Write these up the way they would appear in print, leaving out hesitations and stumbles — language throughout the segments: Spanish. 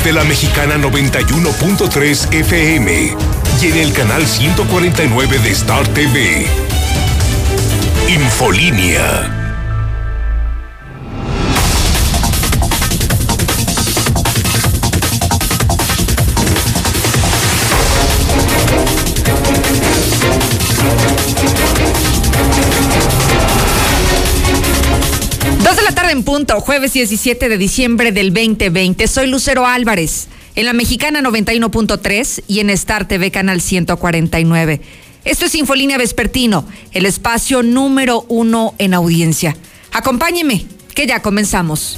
de la Mexicana 91.3 FM y en el canal 149 de Star TV. Infolínea. En punto, jueves 17 de diciembre del 2020. Soy Lucero Álvarez, en la Mexicana 91.3 y en Star TV Canal 149. Esto es Infolínea Vespertino, el espacio número 1 en audiencia. Acompáñeme, que ya comenzamos.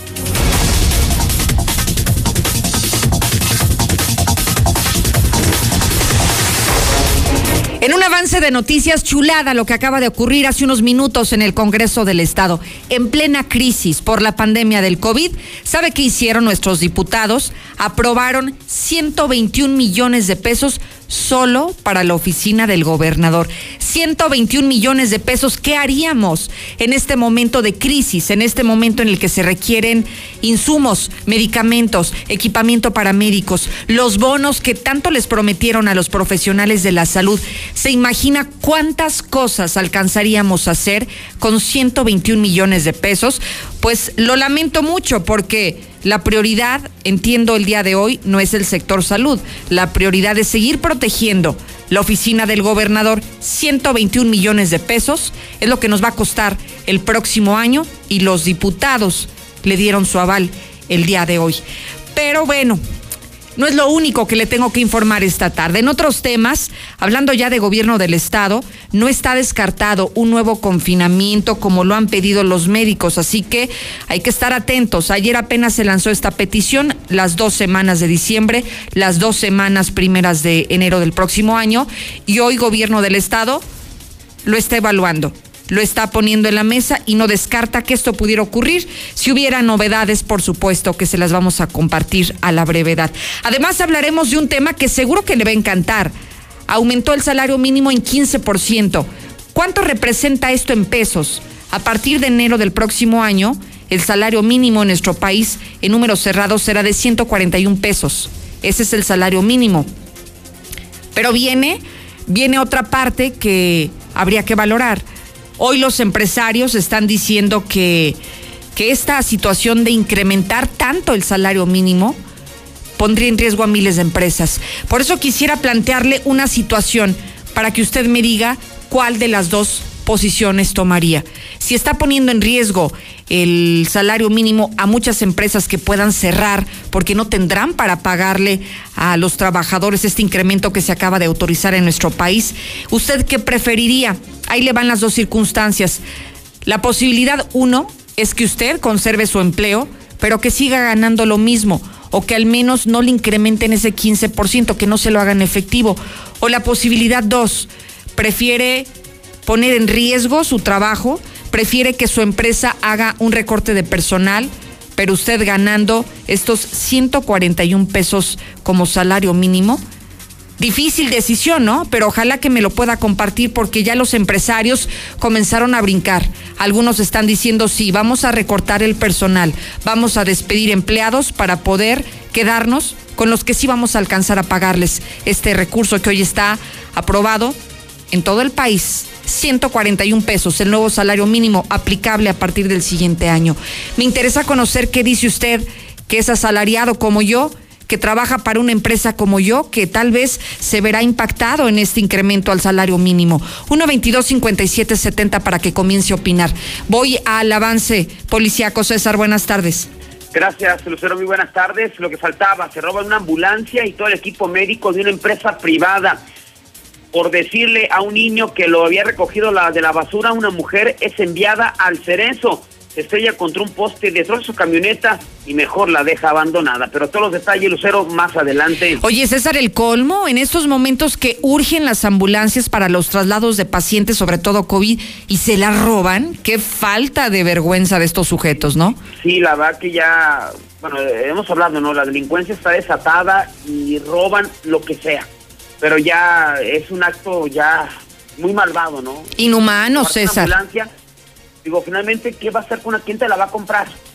En un avance de noticias, chulada lo que acaba de ocurrir hace unos minutos en el Congreso del Estado. En plena crisis por la pandemia del COVID, ¿sabe qué hicieron nuestros diputados? Aprobaron 121 millones de pesos solo para la oficina del gobernador. 121 millones de pesos. ¿Qué haríamos en este momento de crisis, en este momento en el que se requieren insumos, medicamentos, equipamiento para médicos, los bonos que tanto les prometieron a los profesionales de la salud? ¿Se imagina cuántas cosas alcanzaríamos a hacer con 121 millones de pesos? Pues lo lamento mucho porque la prioridad, entiendo el día de hoy, no es el sector salud. La prioridad es seguir protegiendo la oficina del gobernador. 121 millones de pesos es lo que nos va a costar el próximo año y los diputados le dieron su aval el día de hoy. Pero bueno, no es lo único que le tengo que informar esta tarde. En otros temas, hablando ya de gobierno del estado, no está descartado un nuevo confinamiento como lo han pedido los médicos, así que hay que estar atentos. Ayer apenas se lanzó esta petición, las 2 semanas de diciembre, las 2 semanas primeras de enero del próximo año, y hoy gobierno del estado lo está evaluando. Lo está poniendo en la mesa y no descarta que esto pudiera ocurrir. Si hubiera novedades, por supuesto que se las vamos a compartir a la brevedad. Además, hablaremos de un tema que seguro que le va a encantar. Aumentó el salario mínimo en 15%. ¿Cuánto representa esto en pesos? A partir de enero del próximo año, el salario mínimo en nuestro país, en números cerrados, será de 141 pesos. Ese es el salario mínimo. Pero viene otra parte que habría que valorar. Hoy los empresarios están diciendo que esta situación de incrementar tanto el salario mínimo pondría en riesgo a miles de empresas. Por eso quisiera plantearle una situación para que usted me diga cuál de las dos posiciones tomaría. Si está poniendo en riesgo el salario mínimo a muchas empresas que puedan cerrar porque no tendrán para pagarle a los trabajadores este incremento que se acaba de autorizar en nuestro país, ¿usted qué preferiría? Ahí le van las dos circunstancias. La posibilidad 1 es que usted conserve su empleo, pero que siga ganando lo mismo, o que al menos no le incrementen ese 15%, que no se lo hagan efectivo. O la posibilidad 2, prefiere poner en riesgo su trabajo, prefiere que su empresa haga un recorte de personal, pero usted ganando estos 141 pesos como salario mínimo. Difícil decisión, ¿no? Pero ojalá que me lo pueda compartir porque ya los empresarios comenzaron a brincar. Algunos están diciendo, sí, vamos a recortar el personal, vamos a despedir empleados para poder quedarnos con los que sí vamos a alcanzar a pagarles este recurso que hoy está aprobado en todo el país. 141 pesos, el nuevo salario mínimo aplicable a partir del siguiente año. Me interesa conocer qué dice usted, que es asalariado como yo, que trabaja para una empresa como yo, que tal vez se verá impactado en este incremento al salario mínimo. 1-22-57-70 para que comience a opinar. Voy al avance policíaco. César, buenas tardes. Gracias, Lucero, muy buenas tardes. Lo que faltaba, se roba una ambulancia y todo el equipo médico de una empresa privada. Por decirle a un niño que lo había recogido de la basura, una mujer es enviada al Cerezo. Se estrella contra un poste, destroza su camioneta y mejor la deja abandonada. Pero todos los detalles, Lucero, más adelante. Oye, César, el colmo en estos momentos que urgen las ambulancias para los traslados de pacientes, sobre todo COVID, y se las roban. Qué falta de vergüenza de estos sujetos, ¿no? Sí, la verdad que ya, bueno, hemos hablado, ¿no? La delincuencia está desatada y roban lo que sea. Pero ya es un acto ya muy malvado, ¿no? Inhumano, César. Digo, finalmente, ¿qué va a hacer con una? ¿Quién te la va a comprar?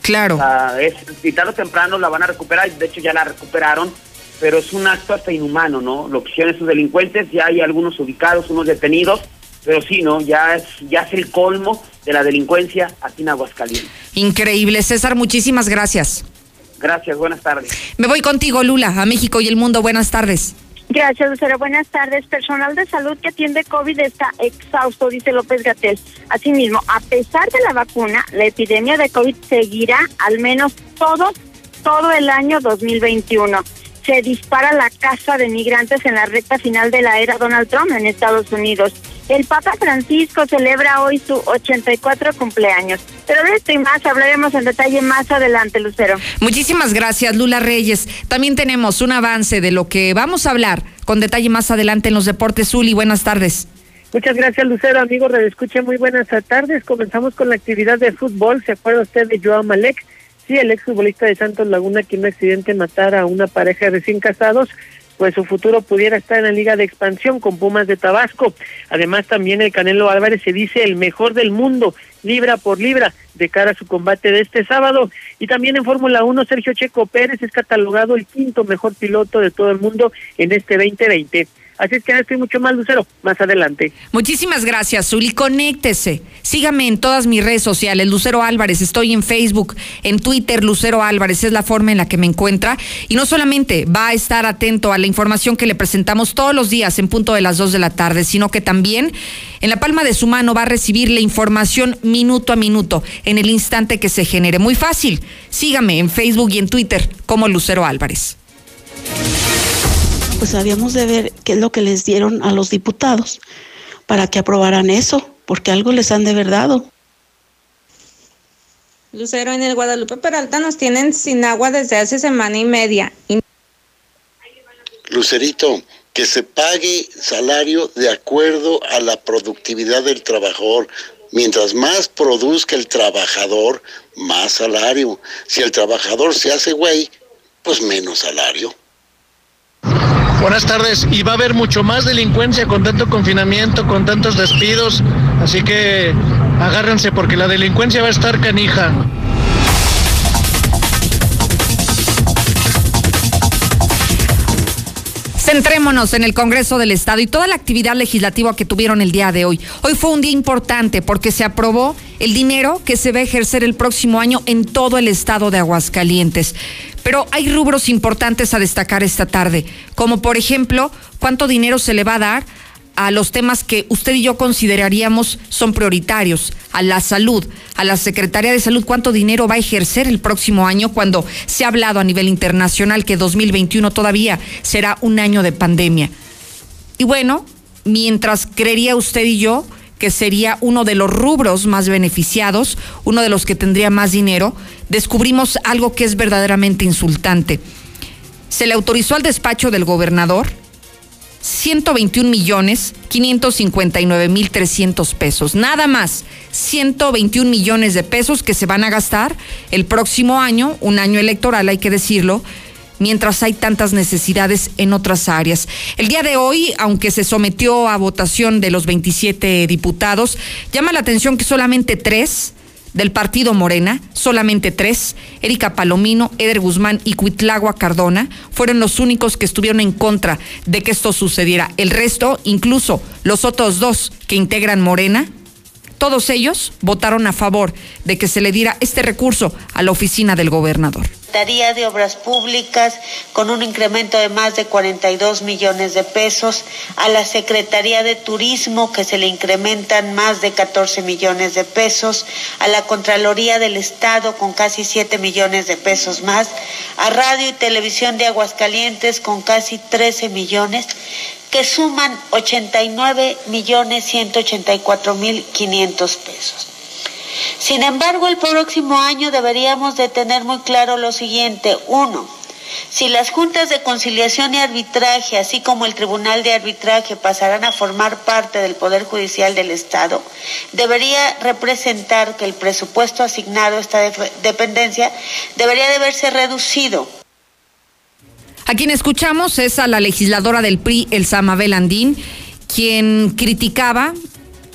Claro. Y tarde o temprano la van a recuperar, de hecho ya la recuperaron, pero es un acto hasta inhumano, ¿no? Lo que hicieron esos delincuentes, ya hay algunos ubicados, unos detenidos, pero sí, ¿no? Ya es el colmo de la delincuencia aquí en Aguascalientes. Increíble. César, muchísimas gracias. Gracias, buenas tardes. Me voy contigo, Lula, a México y el mundo. Buenas tardes. Gracias, Lucero. Buenas tardes. Personal de salud que atiende COVID está exhausto, dice López-Gatell. Asimismo, a pesar de la vacuna, la epidemia de COVID seguirá al menos todo el año 2021. Se dispara la caza de migrantes en la recta final de la era Donald Trump en Estados Unidos. El Papa Francisco celebra hoy su 84 cumpleaños. Pero de esto y más hablaremos en detalle más adelante, Lucero. Muchísimas gracias, Lula Reyes. También tenemos un avance de lo que vamos a hablar con detalle más adelante en los deportes. Zuli, buenas tardes. Muchas gracias, Lucero. Amigo redescuche, muy buenas tardes. Comenzamos con la actividad de fútbol. ¿Se acuerda usted de Joao Malek? Sí, el exfutbolista de Santos Laguna, que en un accidente matara a una pareja de recién casados, pues su futuro pudiera estar en la Liga de Expansión con Pumas de Tabasco. Además, también el Canelo Álvarez se dice el mejor del mundo, libra por libra, de cara a su combate de este sábado. Y también en Fórmula 1, Sergio Checo Pérez es catalogado el quinto mejor piloto de todo el mundo en este 2020. Así es que estoy mucho más, Lucero, más adelante. Muchísimas gracias, Zuli. Conéctese. Sígame en todas mis redes sociales, Lucero Álvarez. Estoy en Facebook, en Twitter, Lucero Álvarez. Es la forma en la que me encuentra. Y no solamente va a estar atento a la información que le presentamos todos los días en punto de las 2 de la tarde, sino que también en la palma de su mano va a recibir la información minuto a minuto, en el instante que se genere. Muy fácil. Sígame en Facebook y en Twitter como Lucero Álvarez. Pues habíamos de ver qué es lo que les dieron a los diputados para que aprobaran eso, porque algo les han de haber dado. Lucero, en el Guadalupe Peralta nos tienen sin agua desde hace semana y media. Lucerito, que se pague salario de acuerdo a la productividad del trabajador. Mientras más produzca el trabajador, más salario. Si el trabajador se hace güey, pues menos salario. Buenas tardes, y va a haber mucho más delincuencia con tanto confinamiento, con tantos despidos, así que agárrense porque la delincuencia va a estar canija. Centrémonos en el Congreso del Estado y toda la actividad legislativa que tuvieron el día de hoy. Hoy fue un día importante porque se aprobó el dinero que se va a ejercer el próximo año en todo el estado de Aguascalientes. Pero hay rubros importantes a destacar esta tarde, como por ejemplo, cuánto dinero se le va a dar a los temas que usted y yo consideraríamos son prioritarios, a la salud, a la Secretaría de Salud, cuánto dinero va a ejercer el próximo año cuando se ha hablado a nivel internacional que 2021 todavía será un año de pandemia. Y bueno, mientras creería usted y yo que sería uno de los rubros más beneficiados, uno de los que tendría más dinero, descubrimos algo que es verdaderamente insultante. Se le autorizó al despacho del gobernador 121,559,300 pesos. Nada más, 121 millones de pesos que se van a gastar el próximo año, un año electoral, hay que decirlo, mientras hay tantas necesidades en otras áreas. El día de hoy, aunque se sometió a votación de los 27 diputados, llama la atención que solamente 3 del partido Morena, solamente 3, Erika Palomino, Eder Guzmán y Cuitlagua Cardona, fueron los únicos que estuvieron en contra de que esto sucediera. El resto, incluso los otros 2 que integran Morena, todos ellos votaron a favor de que se le diera este recurso a la oficina del gobernador. Secretaría de Obras Públicas con un incremento de más de 42 millones de pesos, a la Secretaría de Turismo que se le incrementan más de 14 millones de pesos, a la Contraloría del Estado con casi 7 millones de pesos más, a Radio y Televisión de Aguascalientes con casi 13 millones, que suman 89,184,500 pesos. Sin embargo, el próximo año deberíamos de tener muy claro lo siguiente. 1. Si las juntas de conciliación y arbitraje, así como el Tribunal de Arbitraje, pasarán a formar parte del Poder Judicial del Estado, debería representar que el presupuesto asignado a esta dependencia debería de verse reducido. A quien escuchamos es a la legisladora del PRI, Elsa Mabel Andín, quien criticaba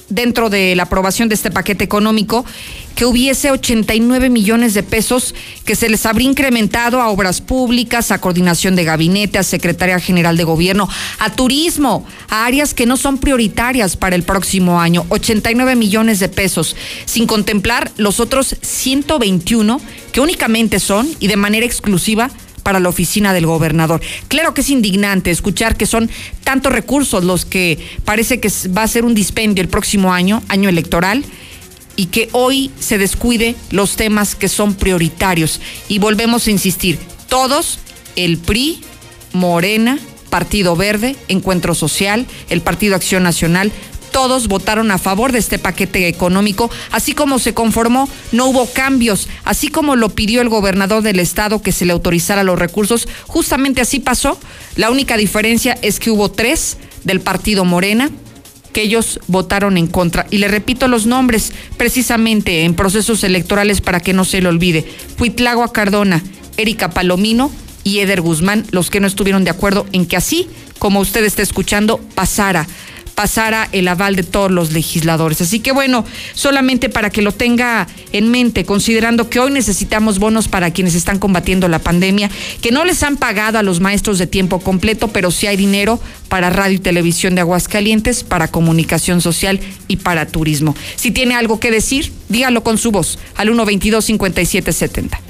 dentro de la aprobación de este paquete económico, que hubiese 89 millones de pesos que se les habría incrementado a obras públicas, a coordinación de gabinete, a Secretaría General de Gobierno, a turismo, a áreas que no son prioritarias para el próximo año. 89 millones de pesos, sin contemplar los otros 121 que únicamente son y de manera exclusiva para la oficina del gobernador. Claro que es indignante escuchar que son tantos recursos los que parece que va a ser un dispendio el próximo año electoral, y que hoy se descuide los temas que son prioritarios. Y volvemos a insistir, todos, el PRI, Morena, Partido Verde, Encuentro Social, el Partido Acción Nacional, todos votaron a favor de este paquete económico. Así como se conformó, no hubo cambios. Así como lo pidió el gobernador del estado, que se le autorizara los recursos, justamente así pasó. La única diferencia es que hubo 3 del Partido Morena, que ellos votaron en contra. Y le repito los nombres, precisamente en procesos electorales para que no se le olvide: Cuitlagua Cardona, Erika Palomino y Eder Guzmán, los que no estuvieron de acuerdo en que así, como usted está escuchando, pasara el aval de todos los legisladores. Así que bueno, solamente para que lo tenga en mente, considerando que hoy necesitamos bonos para quienes están combatiendo la pandemia, que no les han pagado a los maestros de tiempo completo, pero sí hay dinero para radio y televisión de Aguascalientes, para comunicación social y para turismo. Si tiene algo que decir, dígalo con su voz al 122-5770.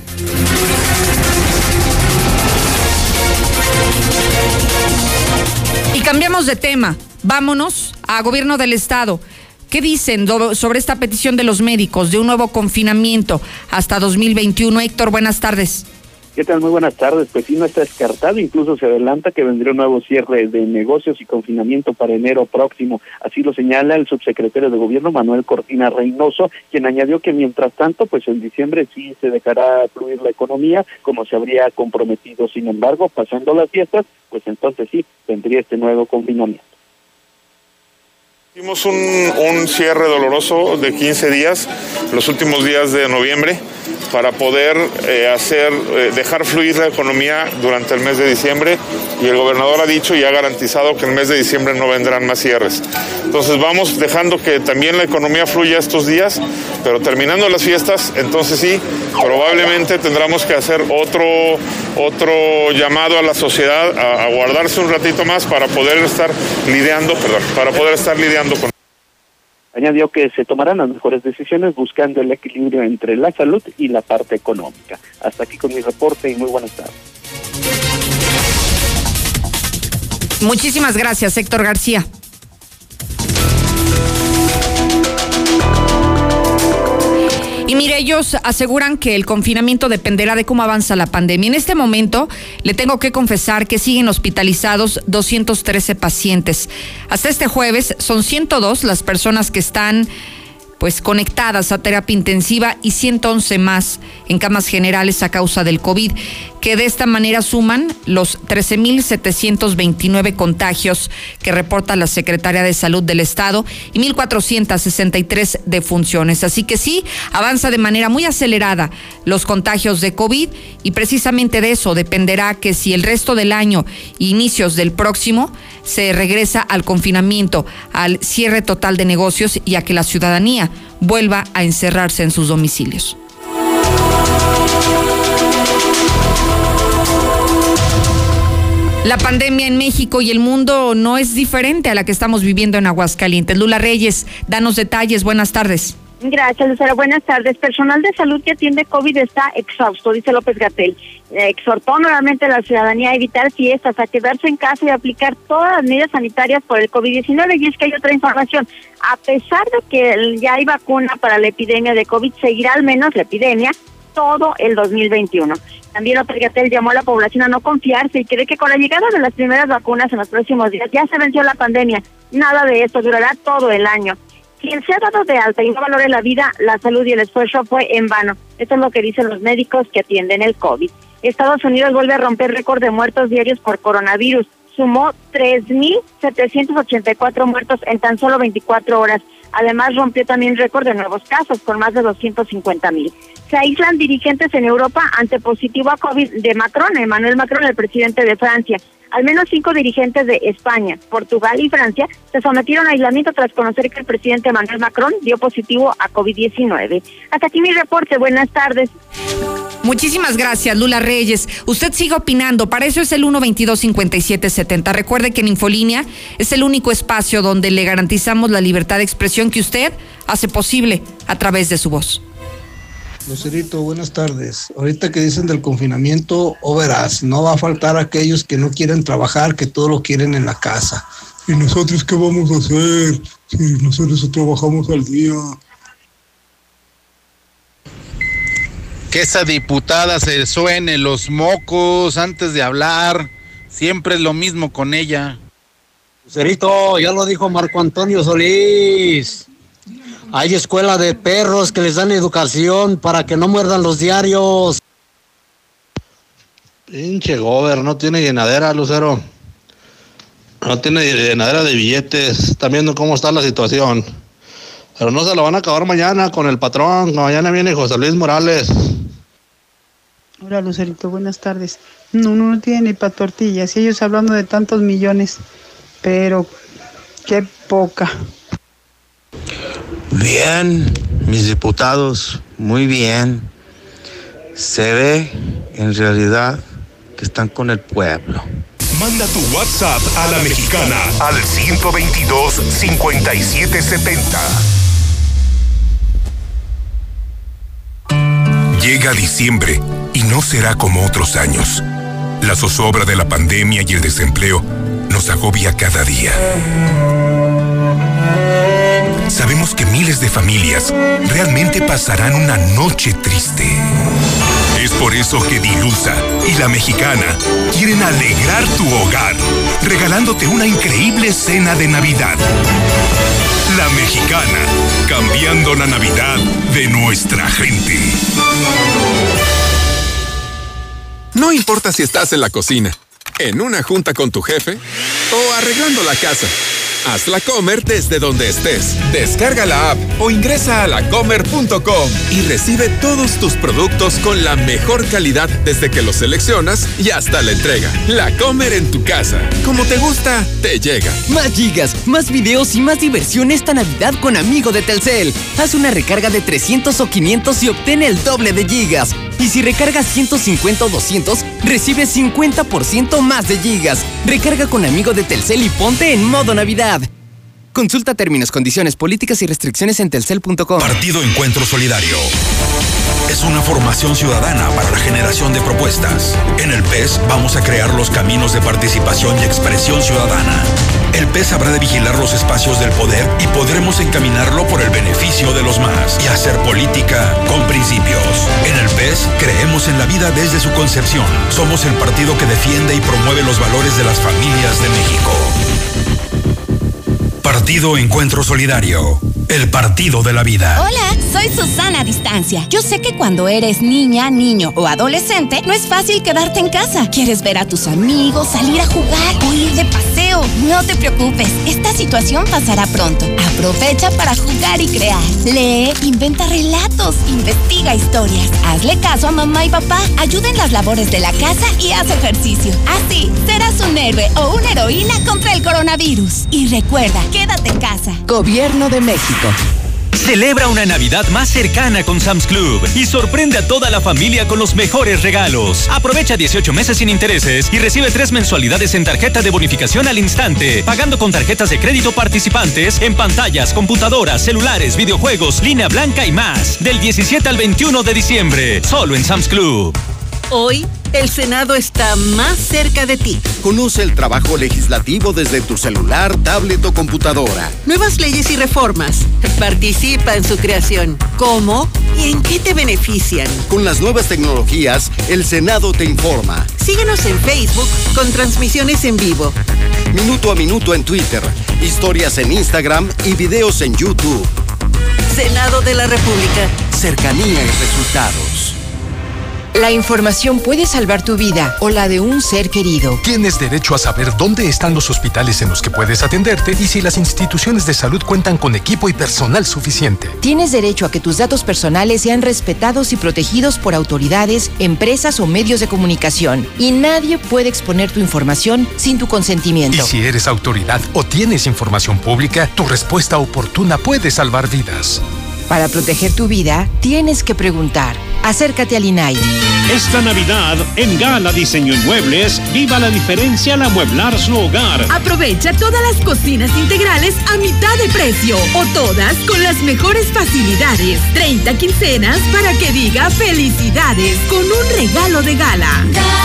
Y cambiamos de tema. Vámonos a gobierno del estado. ¿Qué dicen sobre esta petición de los médicos de un nuevo confinamiento hasta 2021? Héctor, buenas tardes. ¿Qué tal? Muy buenas tardes. Pues sí, no está descartado, incluso se adelanta que vendría un nuevo cierre de negocios y confinamiento para enero próximo. Así lo señala el subsecretario de Gobierno, Manuel Cortina Reynoso, quien añadió que mientras tanto, pues en diciembre sí se dejará fluir la economía como se habría comprometido. Sin embargo, pasando las fiestas, pues entonces sí, vendría este nuevo confinamiento. Hicimos un cierre doloroso de 15 días, los últimos días de noviembre, para poder dejar fluir la economía durante el mes de diciembre, y el gobernador ha dicho y ha garantizado que el mes de diciembre no vendrán más cierres. Entonces vamos dejando que también la economía fluya estos días, pero terminando las fiestas, entonces sí, probablemente tendremos que hacer otro llamado a la sociedad a guardarse un ratito más para poder estar lidiando con. Añadió que se tomarán las mejores decisiones buscando el equilibrio entre la salud y la parte económica. Hasta aquí con mi reporte y muy buenas tardes. Muchísimas gracias, Héctor García. Y mire, ellos aseguran que el confinamiento dependerá de cómo avanza la pandemia. En este momento, le tengo que confesar que siguen hospitalizados 213 pacientes. Hasta este jueves son 102 las personas que están pues conectadas a terapia intensiva y 111 más en camas generales a causa del COVID, que de esta manera suman los 13,729 contagios que reporta la Secretaría de Salud del Estado y 1,463 defunciones. Así que sí, avanza de manera muy acelerada los contagios de COVID, y precisamente de eso dependerá que si el resto del año e inicios del próximo se regresa al confinamiento, al cierre total de negocios y a que la ciudadanía vuelva a encerrarse en sus domicilios. La pandemia en México y el mundo no es diferente a la que estamos viviendo en Aguascalientes. Lula Reyes, danos detalles. Buenas tardes. Gracias, Lucero. Buenas tardes. Personal de salud que atiende COVID está exhausto, dice López-Gatell. Exhortó nuevamente a la ciudadanía a evitar fiestas, a quedarse en casa y a aplicar todas las medidas sanitarias por el COVID-19. Y es que hay otra información. A pesar de que ya hay vacuna para la epidemia de COVID, seguirá al menos la epidemia todo el 2021. También López-Gatell llamó a la población a no confiarse y cree que con la llegada de las primeras vacunas en los próximos días ya se venció la pandemia. Nada de esto, durará todo el año. Quien se ha dado de alta y no valore la vida, la salud y el esfuerzo fue en vano. Esto es lo que dicen los médicos que atienden el COVID. Estados Unidos vuelve a romper récord de muertos diarios por coronavirus. Sumó 3,784 muertos en tan solo 24 horas. Además, rompió también récord de nuevos casos, con más de 250,000. Se aíslan dirigentes en Europa ante positivo a COVID de Macron, Emmanuel Macron, el presidente de Francia. Al menos 5 dirigentes de España, Portugal y Francia se sometieron a aislamiento tras conocer que el presidente Emmanuel Macron dio positivo a COVID-19. Hasta aquí mi reporte. Buenas tardes. Muchísimas gracias, Lula Reyes. Usted sigue opinando, para eso es el 122-5770. Recuerde que en Infolínea es el único espacio donde le garantizamos la libertad de expresión que usted hace posible a través de su voz. Lucerito, buenas tardes. Ahorita que dicen del confinamiento, verás, no va a faltar aquellos que no quieren trabajar, que todo lo quieren en la casa. ¿Y nosotros qué vamos a hacer si nosotros trabajamos al día? Que esa diputada se suene los mocos antes de hablar. Siempre es lo mismo con ella. Lucerito, ya lo dijo Marco Antonio Solís. Hay escuela de perros que les dan educación para que no muerdan los diarios. Pinche gober, no tiene llenadera, Lucero. No tiene llenadera de billetes. Están viendo cómo está la situación. Pero no se lo van a acabar mañana con el patrón. Mañana viene José Luis Morales. Hola, Lucerito, buenas tardes. No tiene ni para tortillas. Y ellos hablando de tantos millones. Pero qué poca. Bien, mis diputados, muy bien. Se ve en realidad que están con el pueblo. Manda tu WhatsApp a la mexicana al 122-5770. Llega diciembre y no será como otros años. La zozobra de la pandemia y el desempleo nos agobia cada día. Sabemos que miles de familias realmente pasarán una noche triste. Es por eso que Dilusa y La Mexicana quieren alegrar tu hogar, regalándote una increíble cena de Navidad. La Mexicana, cambiando la Navidad de nuestra gente. No importa si estás en la cocina, en una junta con tu jefe o arreglando la casa. Haz La Comer desde donde estés. Descarga la app o ingresa a lacomer.com y recibe todos tus productos con la mejor calidad desde que los seleccionas y hasta la entrega. La Comer en tu casa. Como te gusta, te llega. Más gigas, más videos y más diversión esta Navidad con Amigo de Telcel. Haz una recarga de 300 o 500 y obtén el doble de gigas. Y si recargas 150 o 200, recibes 50% más de gigas. Recarga con Amigo de Telcel y ponte en modo Navidad. Consulta términos, condiciones, políticas y restricciones en telcel.com. Partido Encuentro Solidario. Es una formación ciudadana para la generación de propuestas. En el PES vamos a crear los caminos de participación y expresión ciudadana. El PES habrá de vigilar los espacios del poder y podremos encaminarlo por el beneficio de los más y hacer política con principios. En el PES creemos en la vida desde su concepción. Somos el partido que defiende y promueve los valores de las familias de México. Partido Encuentro Solidario, el partido de la vida. Hola, soy Susana a Distancia. Yo sé que cuando eres niña, niño o adolescente, no es fácil quedarte en casa. Quieres ver a tus amigos, salir a jugar o ir de paseo. No te preocupes, esta situación pasará pronto. Aprovecha para jugar y crear. Lee, inventa relatos, investiga historias. Hazle caso a mamá y papá. Ayuda en las labores de la casa y haz ejercicio. Así, serás un héroe o una heroína contra el coronavirus. Y recuerda, quédate en casa. Gobierno de México. Celebra una Navidad más cercana con Sam's Club y sorprende a toda la familia con los mejores regalos. Aprovecha 18 meses sin intereses y recibe 3 mensualidades en tarjeta de bonificación al instante, pagando con tarjetas de crédito participantes en pantallas, computadoras, celulares, videojuegos, línea blanca y más. Del 17 al 21 de diciembre, solo en Sam's Club. Hoy, el Senado está más cerca de ti. Conoce el trabajo legislativo desde tu celular, tablet o computadora. Nuevas leyes y reformas. Participa en su creación. ¿Cómo y en qué te benefician? Con las nuevas tecnologías, el Senado te informa. Síguenos en Facebook con transmisiones en vivo. Minuto a minuto en Twitter, historias en Instagram y videos en YouTube. Senado de la República. Cercanía y resultados. La información puede salvar tu vida o la de un ser querido. Tienes derecho a saber dónde están los hospitales en los que puedes atenderte y si las instituciones de salud cuentan con equipo y personal suficiente. Tienes derecho a que tus datos personales sean respetados y protegidos por autoridades, empresas o medios de comunicación. Y nadie puede exponer tu información sin tu consentimiento. Y si eres autoridad o tienes información pública, tu respuesta oportuna puede salvar vidas. Para proteger tu vida, tienes que preguntar. Acércate al INAI. Esta Navidad, en Gala Diseño en Muebles, viva la diferencia al amueblar su hogar. Aprovecha todas las cocinas integrales a mitad de precio o todas con las mejores facilidades. 30 quincenas para que diga felicidades con un regalo de Gala.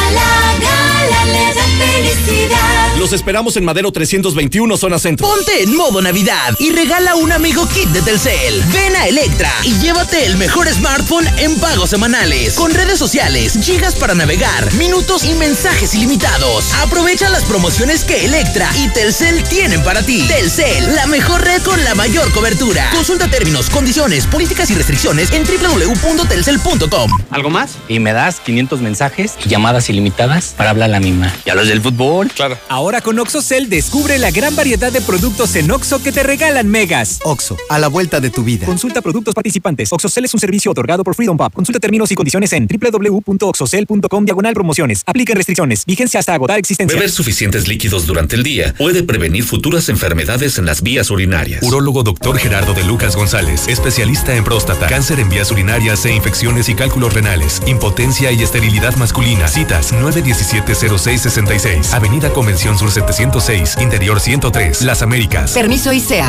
Gala le da felicidad. Los esperamos en Madero 321, zona centro. Ponte en modo Navidad y regala un amigo kit de Telcel. Ven a Electra y llévate el mejor smartphone en pagos semanales, con redes sociales, gigas para navegar, minutos y mensajes ilimitados. Aprovecha las promociones que Electra y Telcel tienen para ti. Telcel, la mejor red con la mayor cobertura. Consulta términos, condiciones, políticas y restricciones en www.telcel.com. ¿Algo más? Y me das 500 mensajes y llamadas ilimitadas para hablar a la misma. ¿Y a los del fútbol? Claro. Ahora con OXXOCEL descubre la gran variedad de productos en OXXO que te regalan megas. OXXO, a la vuelta de tu vida. Consulta productos participantes. OXXOCEL es un servicio otorgado por Freedom Pub. Consulta términos y condiciones en www.oxxocel.com/promociones. Aplican restricciones. Vigencia hasta agotar existencia. Beber suficientes líquidos durante el día puede prevenir futuras enfermedades en las vías urinarias. Urólogo Dr. Gerardo de Lucas González, especialista en próstata, cáncer en vías urinarias e infecciones y cálculos renales, impotencia y esterilidad masculina. Citas 917-0666, Avenida Convención Sur 706, Interior 103, Las Américas. Permiso ICEA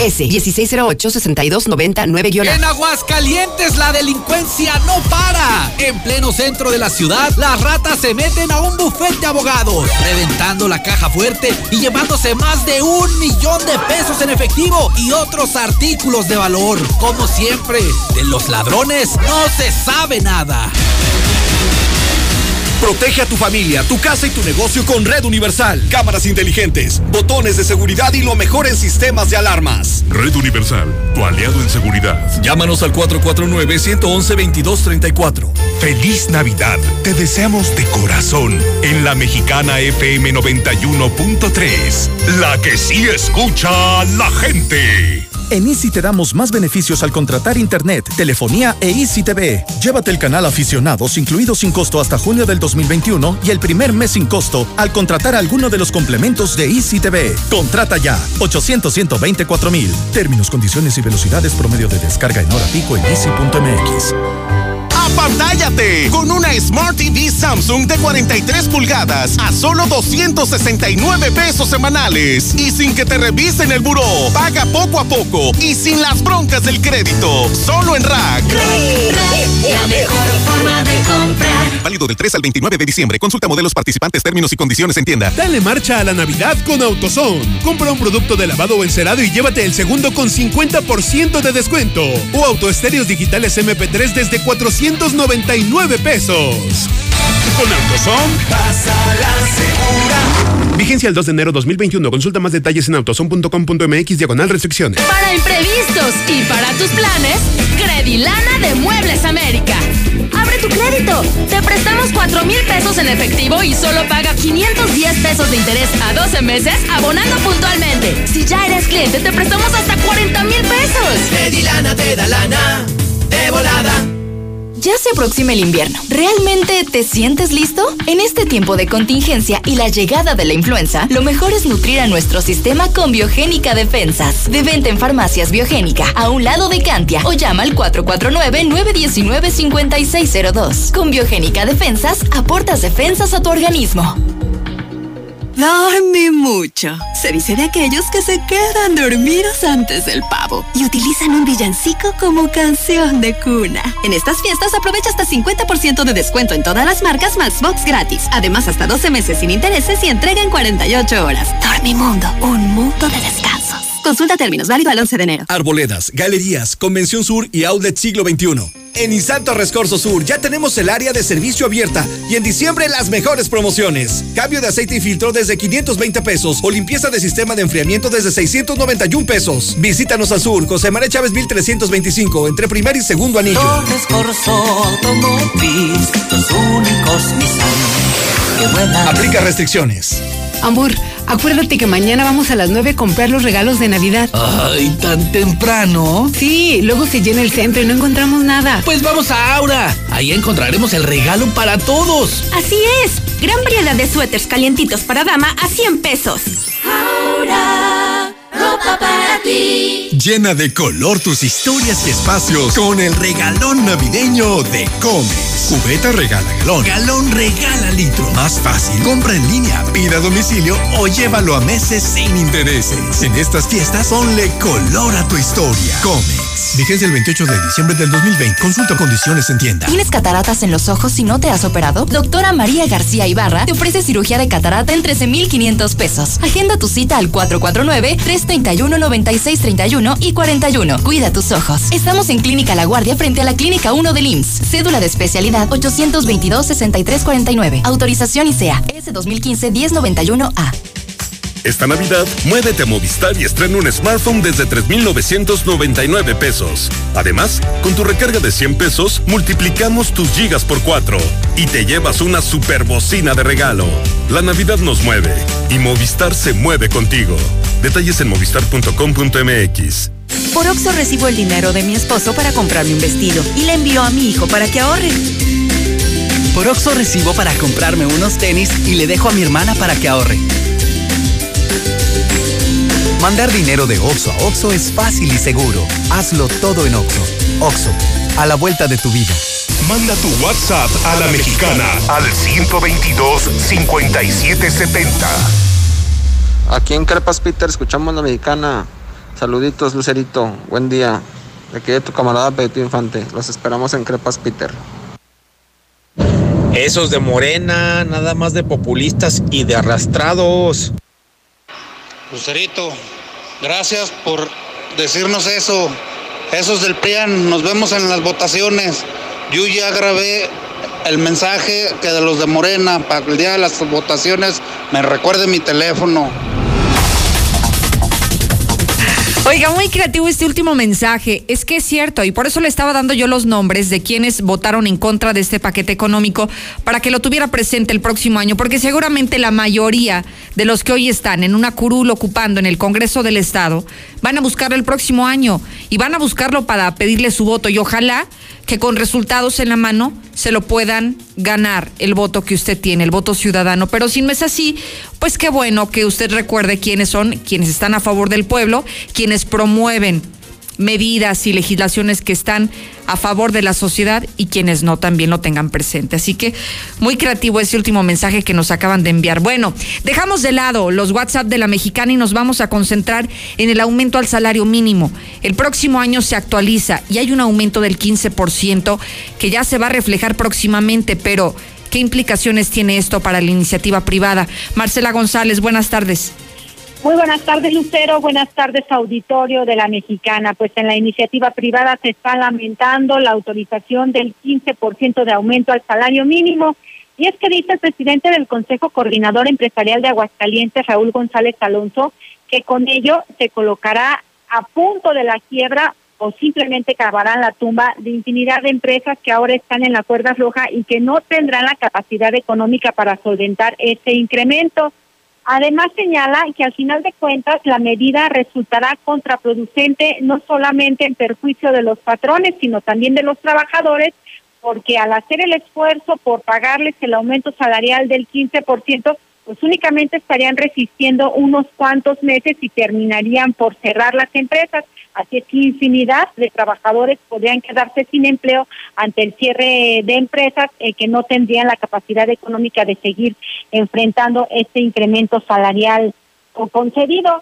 S1608-6299-. En Aguascalientes la delincuencia no para. En pleno centro de la ciudad, las ratas se meten a un bufete de abogados, reventando la caja fuerte y llevándose más de 1 millón de pesos en efectivo y otros artículos de valor. Como siempre, de los ladrones no se sabe nada. Protege a tu familia, tu casa y tu negocio con Red Universal. Cámaras inteligentes, botones de seguridad y lo mejor en sistemas de alarmas. Red Universal, tu aliado en seguridad. Llámanos al 449-111-2234. ¡Feliz Navidad! Te deseamos de corazón en la Mexicana FM 91.3. La que sí escucha a la gente. En Easy te damos más beneficios al contratar internet, telefonía e Easy TV. Llévate el canal Aficionados incluido sin costo hasta junio del 2021 y el primer mes sin costo al contratar alguno de los complementos de Easy TV. Contrata ya. 800-124,000. Términos, condiciones y velocidades promedio de descarga en hora pico en easy.mx. ¡Apantállate! Con una Smart TV Samsung de 43 pulgadas a solo 269 pesos semanales. Y sin que te revisen el buró. Paga poco a poco y sin las broncas del crédito. Solo en Rack. La mejor forma de comprar. Válido del 3 al 29 de diciembre. Consulta modelos participantes, términos y condiciones en tienda. Dale marcha a la Navidad con AutoZone. Compra un producto de lavado o encerado y llévate el segundo con 50% de descuento. O autoestéreos digitales MP3 desde 499 pesos. Con AutoZone, pásala segura. Vigencia el 2 de enero 2021. Consulta más detalles en autozone.com.mx/restricciones. Para imprevistos y para tus planes, Credilana de Muebles América. Abre tu crédito. Te prestamos 4,000 pesos en efectivo y solo paga 510 pesos de interés a 12 meses abonando puntualmente. Si ya eres cliente, te prestamos hasta 40,000 pesos. Credilana te da lana de volada. Ya se aproxima el invierno. ¿Realmente te sientes listo? En este tiempo de contingencia y la llegada de la influenza, lo mejor es nutrir a nuestro sistema con Biogénica Defensas. De venta en farmacias Biogénica, a un lado de Cantia, o llama al 449-919-5602. Con Biogénica Defensas, aportas defensas a tu organismo. Dormí mucho. Se dice de aquellos que se quedan dormidos antes del pavo y utilizan un villancico como canción de cuna. En estas fiestas aprovecha hasta 50% de descuento en todas las marcas más box gratis. Además, hasta 12 meses sin intereses y entrega en 48 horas. Dormimundo, un mundo de descansos. Consulta términos, válido al 11 de enero. Arboledas, galerías, Convención Sur y Outlet Siglo XXI. En Nissan Torres Corso Sur ya tenemos el área de servicio abierta y en diciembre las mejores promociones. Cambio de aceite y filtro desde 520 pesos o limpieza de sistema de enfriamiento desde 691 pesos. Visítanos al sur, José María Chávez 1325, entre primer y segundo anillo. Torres Corso Automotriz, los únicos Nissan que vuelan. Aplica restricciones. Ambur, acuérdate que mañana vamos a las 9 a comprar los regalos de Navidad. Ay, ¿tan temprano? Sí, luego se llena el centro y no encontramos nada. Pues vamos a Aura. Ahí encontraremos el regalo para todos. Así es. Gran variedad de suéteres calientitos para dama a 100 pesos. Aura, ropa para ti. Llena de color tus historias y espacios con el regalón navideño de Comex. Cubeta regala galón. Galón regala litro. Más fácil. Compra en línea, pida a domicilio o llévalo a meses sin intereses. En estas fiestas, ponle color a tu historia. Comex. Vigencia el 28 de diciembre del 2020. Consulta condiciones en tienda. ¿Tienes cataratas en los ojos y no te has operado? Doctora María García Ibarra te ofrece cirugía de catarata en 13,500 pesos. Agenda tu cita al 449-331-9631 y 41. Cuida tus ojos. Estamos en Clínica La Guardia frente a la Clínica 1 del IMSS. Cédula de especialidad 822-6349. Autorización ICEA S 2015-1091A. Esta Navidad, muévete a Movistar y estrena un smartphone desde 3,999 pesos. Además, con tu recarga de 100 pesos, multiplicamos tus gigas por 4 y te llevas una super bocina de regalo. La Navidad nos mueve y Movistar se mueve contigo. Detalles en movistar.com.mx. Por Oxxo recibo el dinero de mi esposo para comprarme un vestido y le envío a mi hijo para que ahorre. Por Oxxo recibo para comprarme unos tenis y le dejo a mi hermana para que ahorre. Mandar dinero de Oxxo a Oxxo es fácil y seguro. Hazlo todo en Oxxo. Oxxo, a la vuelta de tu vida. Manda tu WhatsApp a la mexicana al 122-5770. Aquí en Crepas Peter escuchamos la mexicana. Saluditos, Lucerito. Buen día. De aquí de tu camarada Pedro Infante. Los esperamos en Crepas Peter. Esos de Morena, nada más de populistas y de arrastrados. Lucerito, gracias por decirnos eso. Esos del PRIAN, nos vemos en las votaciones. Yo ya grabé el mensaje que de los de Morena, para que el día de las votaciones me recuerde mi teléfono. Oiga, muy creativo este último mensaje. Es que es cierto, y por eso le estaba dando yo los nombres de quienes votaron en contra de este paquete económico para que lo tuviera presente el próximo año, porque seguramente la mayoría de los que hoy están en una curul ocupando en el Congreso del Estado van a buscarlo el próximo año y van a buscarlo para pedirle su voto, y ojalá que con resultados en la mano se lo puedan ganar el voto que usted tiene, el voto ciudadano. Pero si no es así, pues qué bueno que usted recuerde quiénes son, quienes están a favor del pueblo, quienes promueven medidas y legislaciones que están a favor de la sociedad y quienes no también lo tengan presente. Así que muy creativo ese último mensaje que nos acaban de enviar. Bueno, dejamos de lado los WhatsApp de la mexicana y nos vamos a concentrar en el aumento al salario mínimo. El próximo año se actualiza y hay un aumento del 15% que ya se va a reflejar próximamente, pero ¿qué implicaciones tiene esto para la iniciativa privada? Marcela González, buenas tardes. Muy buenas tardes, Lucero. Buenas tardes, auditorio de la Mexicana. Pues en la iniciativa privada se está lamentando la autorización del 15% de aumento al salario mínimo. Y es que dice el presidente del Consejo Coordinador Empresarial de Aguascalientes, Raúl González Alonso, que con ello se colocará a punto de la quiebra o simplemente cavarán la tumba de infinidad de empresas que ahora están en la cuerda floja y que no tendrán la capacidad económica para solventar ese incremento. Además señala que al final de cuentas la medida resultará contraproducente no solamente en perjuicio de los patrones, sino también de los trabajadores, porque al hacer el esfuerzo por pagarles el aumento salarial del 15%, pues únicamente estarían resistiendo unos cuantos meses y terminarían por cerrar las empresas. Así es que infinidad de trabajadores podrían quedarse sin empleo ante el cierre de empresas que no tendrían la capacidad económica de seguir enfrentando este incremento salarial concedido.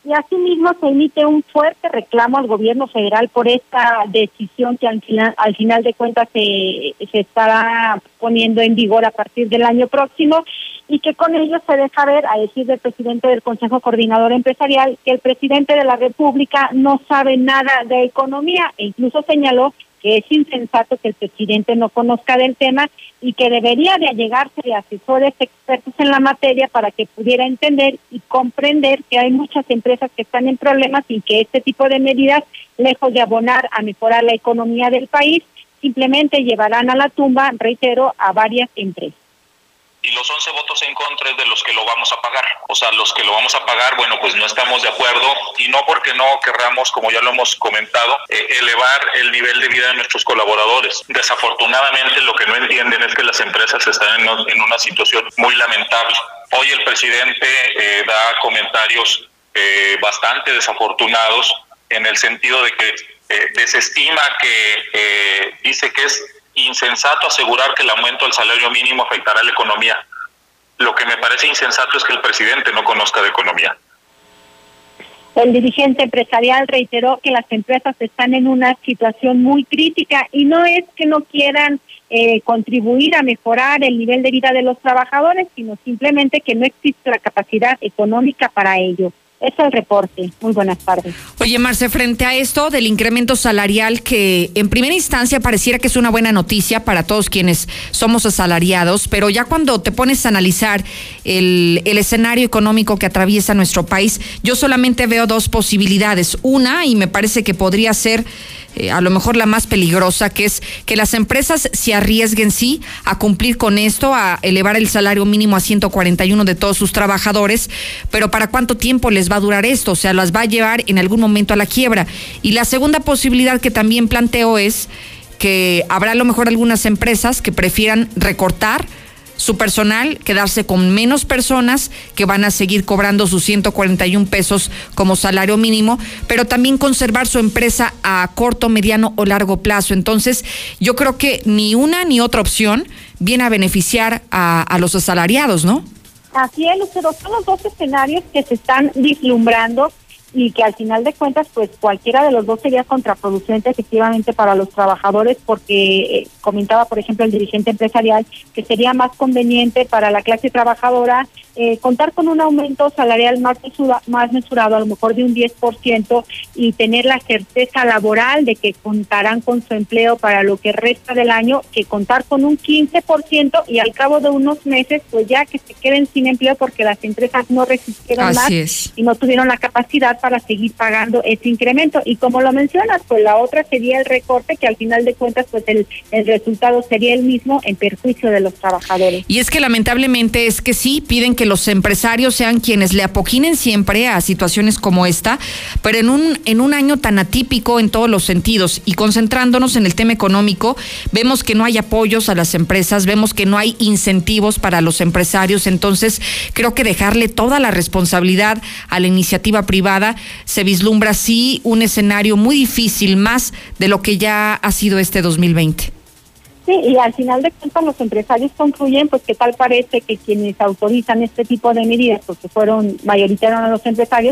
Y asimismo se emite un fuerte reclamo al gobierno federal por esta decisión que al final de cuentas se estará poniendo en vigor a partir del año próximo, y que con ello se deja ver, a decir del presidente del Consejo Coordinador Empresarial, que el presidente de la República no sabe nada de economía, e incluso señaló que es insensato que el presidente no conozca del tema y que debería de allegarse de asesores expertos en la materia para que pudiera entender y comprender que hay muchas empresas que están en problemas y que este tipo de medidas, lejos de abonar a mejorar la economía del país, simplemente llevarán a la tumba, reitero, a varias empresas. Y los 11 votos en contra es de los que lo vamos a pagar. O sea, los que lo vamos a pagar, bueno, pues no estamos de acuerdo, y no porque no querramos, como ya lo hemos comentado, elevar el nivel de vida de nuestros colaboradores. Desafortunadamente, lo que no entienden es que las empresas están en una situación muy lamentable. Hoy el presidente da comentarios bastante desafortunados, en el sentido de que desestima que dice que es insensato asegurar que el aumento del salario mínimo afectará a la economía. Lo que me parece insensato es que el presidente no conozca de economía. El dirigente empresarial reiteró que las empresas están en una situación muy crítica, y no es que no quieran contribuir a mejorar el nivel de vida de los trabajadores, sino simplemente que no existe la capacidad económica para ello. Ese es el reporte. Muy buenas tardes. Oye, Marce, frente a esto del incremento salarial, que en primera instancia pareciera que es una buena noticia para todos quienes somos asalariados, pero ya cuando te pones a analizar el escenario económico que atraviesa nuestro país, yo solamente veo dos posibilidades. Una, y me parece que podría ser a lo mejor la más peligrosa, que es que las empresas se arriesguen sí a cumplir con esto, a elevar el salario mínimo a 141 de todos sus trabajadores, pero ¿para cuánto tiempo les va a durar esto? O sea, las va a llevar en algún momento a la quiebra. Y la segunda posibilidad que también planteo es que habrá a lo mejor algunas empresas que prefieran recortar su personal, quedarse con menos personas que van a seguir cobrando sus 141 pesos como salario mínimo, pero también conservar su empresa a corto, mediano o largo plazo. Entonces, yo creo que ni una ni otra opción viene a beneficiar a los asalariados, ¿no? Así es, Lucero, son los dos escenarios que se están vislumbrando, y que al final de cuentas, pues cualquiera de los dos sería contraproducente efectivamente para los trabajadores, porque comentaba, por ejemplo, el dirigente empresarial que sería más conveniente para la clase trabajadora contar con un aumento salarial más mesurado, a lo mejor de un 10%, y tener la certeza laboral de que contarán con su empleo para lo que resta del año, que contar con un 15% y al cabo de unos meses, pues ya que se queden sin empleo porque las empresas no resistieron más y no tuvieron la capacidad para seguir pagando ese incremento. Y como lo mencionas, pues la otra sería el recorte, que al final de cuentas, pues el resultado sería el mismo, en perjuicio de los trabajadores. Y es que lamentablemente es que sí piden que los empresarios sean quienes le apoquinen siempre a situaciones como esta, pero en un año tan atípico en todos los sentidos, y concentrándonos en el tema económico, vemos que no hay apoyos a las empresas, vemos que no hay incentivos para los empresarios. Entonces creo que dejarle toda la responsabilidad a la iniciativa privada, se vislumbra sí un escenario muy difícil, más de lo que ya ha sido este 2020. Sí, y al final de cuentas los empresarios concluyen, pues que tal parece que quienes autorizan este tipo de medidas, porque fueron mayoritariamente los empresarios,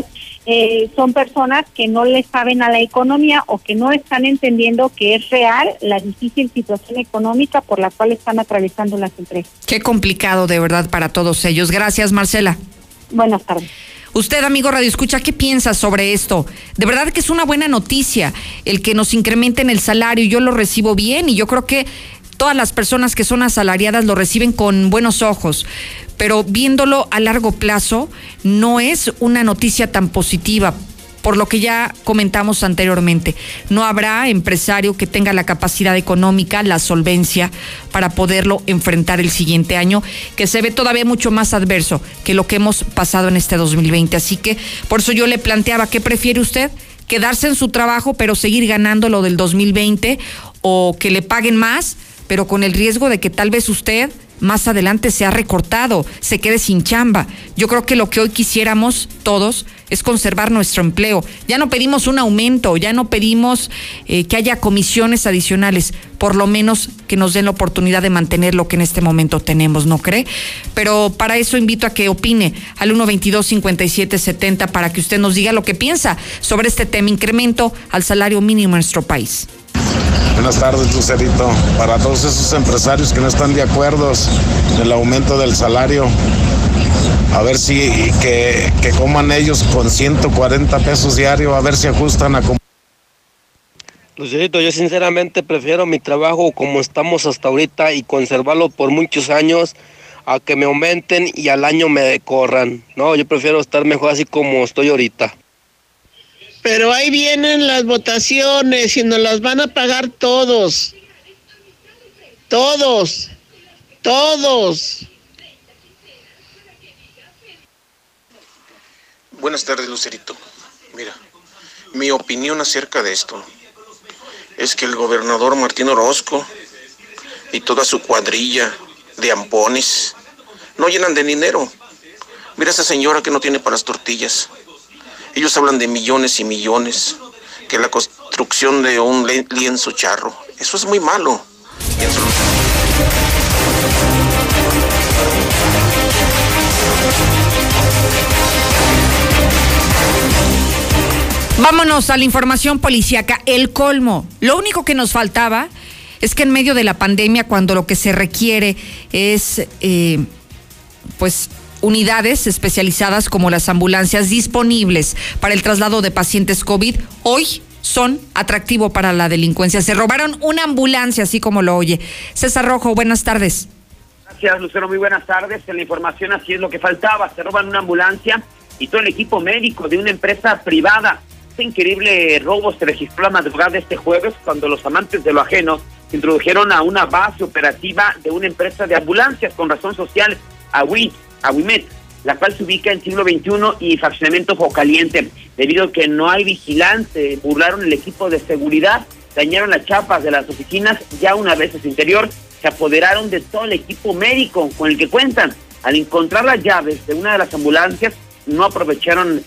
son personas que no le saben a la economía, o que no están entendiendo que es real la difícil situación económica por la cual están atravesando las empresas. Qué complicado de verdad para todos ellos. Gracias, Marcela. Buenas tardes. Usted, amigo Radio Escucha, ¿qué piensa sobre esto? De verdad que es una buena noticia el que nos incrementen el salario. Yo lo recibo bien, y yo creo que todas las personas que son asalariadas lo reciben con buenos ojos, pero viéndolo a largo plazo no es una noticia tan positiva, por lo que ya comentamos anteriormente. No habrá empresario que tenga la capacidad económica, la solvencia para poderlo enfrentar el siguiente año, que se ve todavía mucho más adverso que lo que hemos pasado en este 2020. Así que por eso yo le planteaba, ¿qué prefiere usted? ¿Quedarse en su trabajo pero seguir ganando lo del 2020, o que le paguen más, pero con el riesgo de que tal vez usted más adelante sea recortado, se quede sin chamba. Yo creo que lo que hoy quisiéramos todos es conservar nuestro empleo. Ya no pedimos un aumento, ya no pedimos que haya comisiones adicionales, por lo menos que nos den la oportunidad de mantener lo que en este momento tenemos, ¿no cree? Pero para eso invito a que opine al 122-5770 para que usted nos diga lo que piensa sobre este tema, incremento al salario mínimo en nuestro país. Buenas tardes, Lucerito. Para todos esos empresarios que no están de acuerdo en el aumento del salario, a ver si que coman ellos con 140 pesos diario, a ver si ajustan a... Lucerito, yo sinceramente prefiero mi trabajo como estamos hasta ahorita y conservarlo por muchos años a que me aumenten y al año me corran. No, yo prefiero estar mejor así como estoy ahorita. Pero ahí vienen las votaciones y nos las van a pagar todos. Todos. Buenas tardes, Lucerito. Mira, mi opinión acerca de esto es que el gobernador Martín Orozco y toda su cuadrilla de ampones no llenan de dinero. Mira esa señora que no tiene para las tortillas. Ellos hablan de millones y millones, que la construcción de un lienzo charro, eso es muy malo. Vámonos a la información policíaca, el colmo. Lo único que nos faltaba es que en medio de la pandemia, cuando lo que se requiere es, unidades especializadas como las ambulancias disponibles para el traslado de pacientes COVID, hoy son atractivo para la delincuencia. Se robaron una ambulancia, así como lo oye. César Rojo, buenas tardes. Gracias, Lucero, muy buenas tardes. En la información así es lo que faltaba. Se roban una ambulancia y todo el equipo médico de una empresa privada. Este increíble robo se registró la madrugada de este jueves cuando los amantes de lo ajeno se introdujeron a una base operativa de una empresa de ambulancias con razón social, Awimet, la cual se ubica en siglo XXI y fraccionamiento Ojo Caliente. Debido a que no hay vigilante, burlaron el equipo de seguridad, dañaron las chapas de las oficinas. Ya una vez en su interior, se apoderaron de todo el equipo médico con el que cuentan. Al encontrar las llaves de una de las ambulancias, no aprovecharon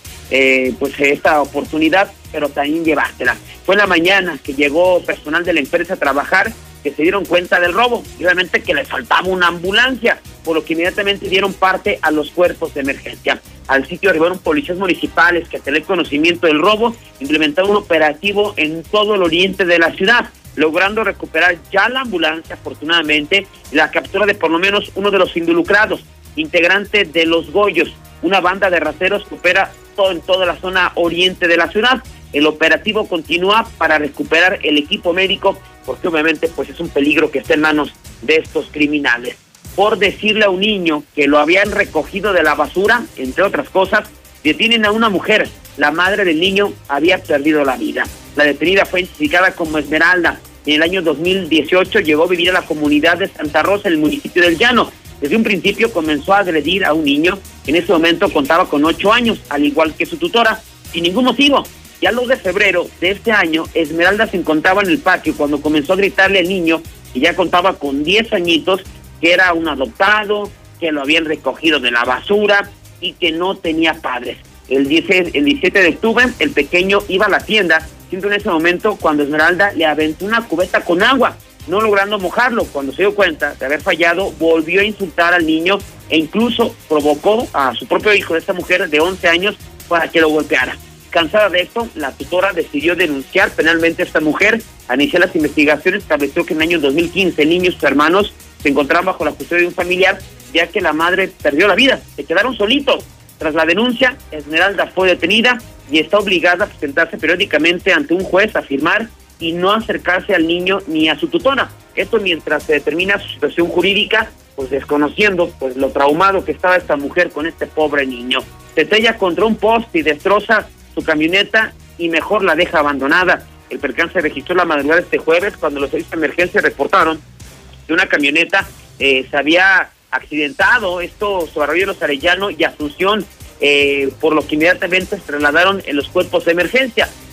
esta oportunidad, pero también llevársela. Fue en la mañana que llegó personal de la empresa a trabajar, que se dieron cuenta del robo, y obviamente que les faltaba una ambulancia, por lo que inmediatamente dieron parte a los cuerpos de emergencia. Al sitio arribaron policías municipales que, al tener conocimiento del robo, implementaron un operativo en todo el oriente de la ciudad, logrando recuperar ya la ambulancia, afortunadamente, y la captura de por lo menos uno de los involucrados, integrante de Los Goyos, una banda de rateros que opera en toda la zona oriente de la ciudad. El operativo continúa para recuperar el equipo médico, porque obviamente es un peligro que esté en manos de estos criminales. Por decirle a un niño que lo habían recogido de la basura, entre otras cosas, detienen a una mujer. La madre del niño había perdido la vida. La detenida fue identificada como Esmeralda. En el año 2018 llegó a vivir a la comunidad de Santa Rosa, en el municipio del Llano. Desde un principio comenzó a agredir a un niño que en ese momento contaba con 8 años, al igual que su tutora, sin ningún motivo. Ya el 2 de febrero de este año, Esmeralda se encontraba en el patio cuando comenzó a gritarle al niño, que ya contaba con 10 añitos, que era un adoptado, que lo habían recogido de la basura y que no tenía padres. El 17 de octubre, el pequeño iba a la tienda, siendo en ese momento cuando Esmeralda le aventó una cubeta con agua, no logrando mojarlo. Cuando se dio cuenta de haber fallado, volvió a insultar al niño e incluso provocó a su propio hijo de esta mujer de 11 años para que lo golpeara. Cansada de esto, la tutora decidió denunciar penalmente a esta mujer. Al iniciar las investigaciones, estableció que en el año 2015 el niño y sus hermanos se encontraban bajo la custodia de un familiar, ya que la madre perdió la vida. Se quedaron solitos. Tras la denuncia, Esmeralda fue detenida y está obligada a presentarse periódicamente ante un juez a firmar y no acercarse al niño ni a su tutora. Esto mientras se determina su situación jurídica, desconociendo lo traumado que estaba esta mujer con este pobre niño. Se estrella contra un poste y destroza su camioneta y mejor la deja abandonada. El percance se registró la madrugada de este jueves cuando los servicios de emergencia reportaron que una camioneta se había accidentado, esto sobre Arroyo de los Arellano y Asunción, por lo que inmediatamente se trasladaron en los cuerpos de emergencia.